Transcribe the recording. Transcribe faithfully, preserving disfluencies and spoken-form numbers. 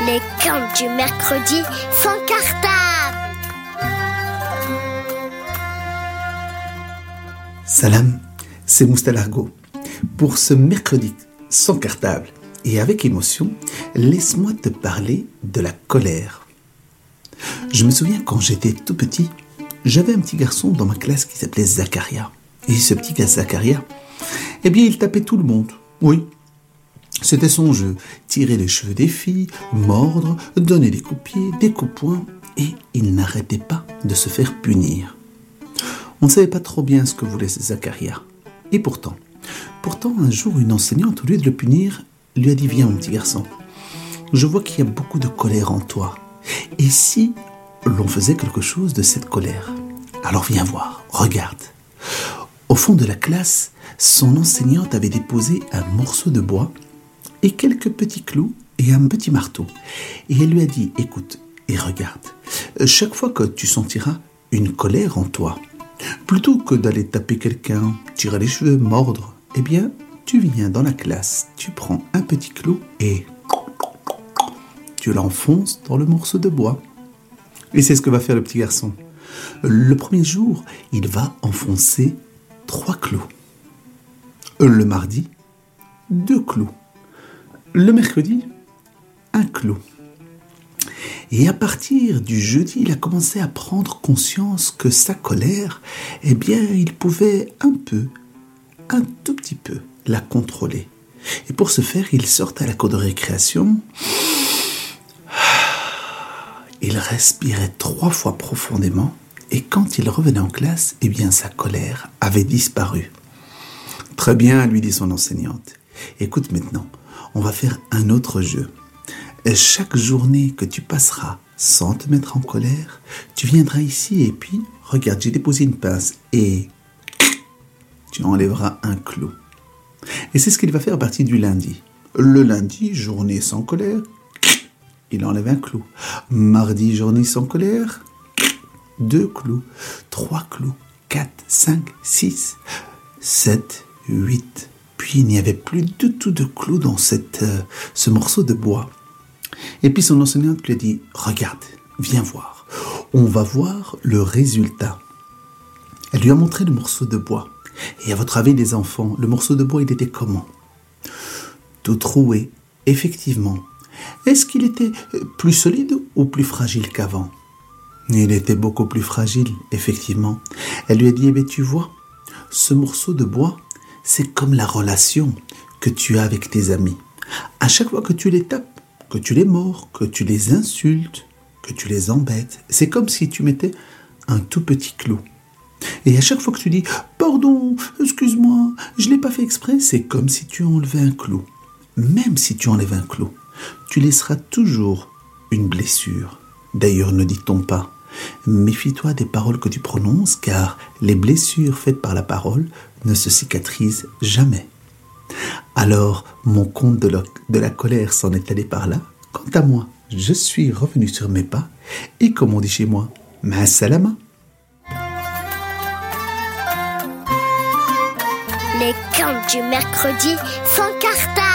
Les contes du mercredi sans cartable. Salam, c'est Moustalargo. Pour ce mercredi sans cartable et avec émotion, laisse-moi te parler de la colère. Je me souviens quand j'étais tout petit, j'avais un petit garçon dans ma classe qui s'appelait Zacharia. Et ce petit gars Zacharia, eh bien il tapait tout le monde, oui. C'était son jeu, tirer les cheveux des filles, mordre, donner des coups de pied, des coups de poing, et il n'arrêtait pas de se faire punir. On ne savait pas trop bien ce que voulait Zacharia. Et pourtant, pourtant un jour une enseignante, au lieu de le punir, lui a dit « Viens mon petit garçon, je vois qu'il y a beaucoup de colère en toi. Et si l'on faisait quelque chose de cette colère? Alors viens voir, regarde. » Au fond de la classe, son enseignante avait déposé un morceau de bois et quelques petits clous et un petit marteau. Et elle lui a dit, écoute et regarde, chaque fois que tu sentiras une colère en toi, plutôt que d'aller taper quelqu'un, tirer les cheveux, mordre, eh bien, tu viens dans la classe, tu prends un petit clou et tu l'enfonces dans le morceau de bois. Et c'est ce que va faire le petit garçon. Le premier jour, il va enfoncer trois clous. Le mardi, deux clous. Le mercredi, un clou. Et à partir du jeudi, il a commencé à prendre conscience que sa colère, eh bien, il pouvait un peu, un tout petit peu, la contrôler. Et pour ce faire, il sort à la cour de récréation. Il respirait trois fois profondément. Et quand il revenait en classe, eh bien, sa colère avait disparu. Très bien, lui dit son enseignante. Écoute maintenant, on va faire un autre jeu. Et chaque journée que tu passeras sans te mettre en colère, tu viendras ici et puis, regarde, j'ai déposé une pince et tu enlèveras un clou. Et c'est ce qu'il va faire à partir du lundi. Le lundi, journée sans colère, il enlève un clou. Mardi, journée sans colère, deux clous, trois clous, quatre, cinq, six, sept, huit. Puis il n'y avait plus du tout de clous dans cette, euh, ce morceau de bois. Et puis son enseignante lui a dit, regarde, viens voir. On va voir le résultat. Elle lui a montré le morceau de bois. Et à votre avis, les enfants, le morceau de bois, il était comment? Tout troué, effectivement. Est-ce qu'il était plus solide ou plus fragile qu'avant? Il était beaucoup plus fragile, effectivement. Elle lui a dit, eh bien, tu vois, ce morceau de bois, c'est comme la relation que tu as avec tes amis. À chaque fois que tu les tapes, que tu les mords, que tu les insultes, que tu les embêtes, c'est comme si tu mettais un tout petit clou. Et à chaque fois que tu dis « Pardon, excuse-moi, je ne l'ai pas fait exprès », c'est comme si tu enlevais un clou. Même si tu enlèves un clou, tu laisseras toujours une blessure. D'ailleurs, ne dit-on pas « Méfie-toi des paroles que tu prononces, car les blessures faites par la parole ne se cicatrisent jamais. » Alors, mon conte de la, de la colère s'en est allé par là. Quant à moi, je suis revenu sur mes pas. Et comme on dit chez moi, ma salama. Les contes du mercredi sans cartable.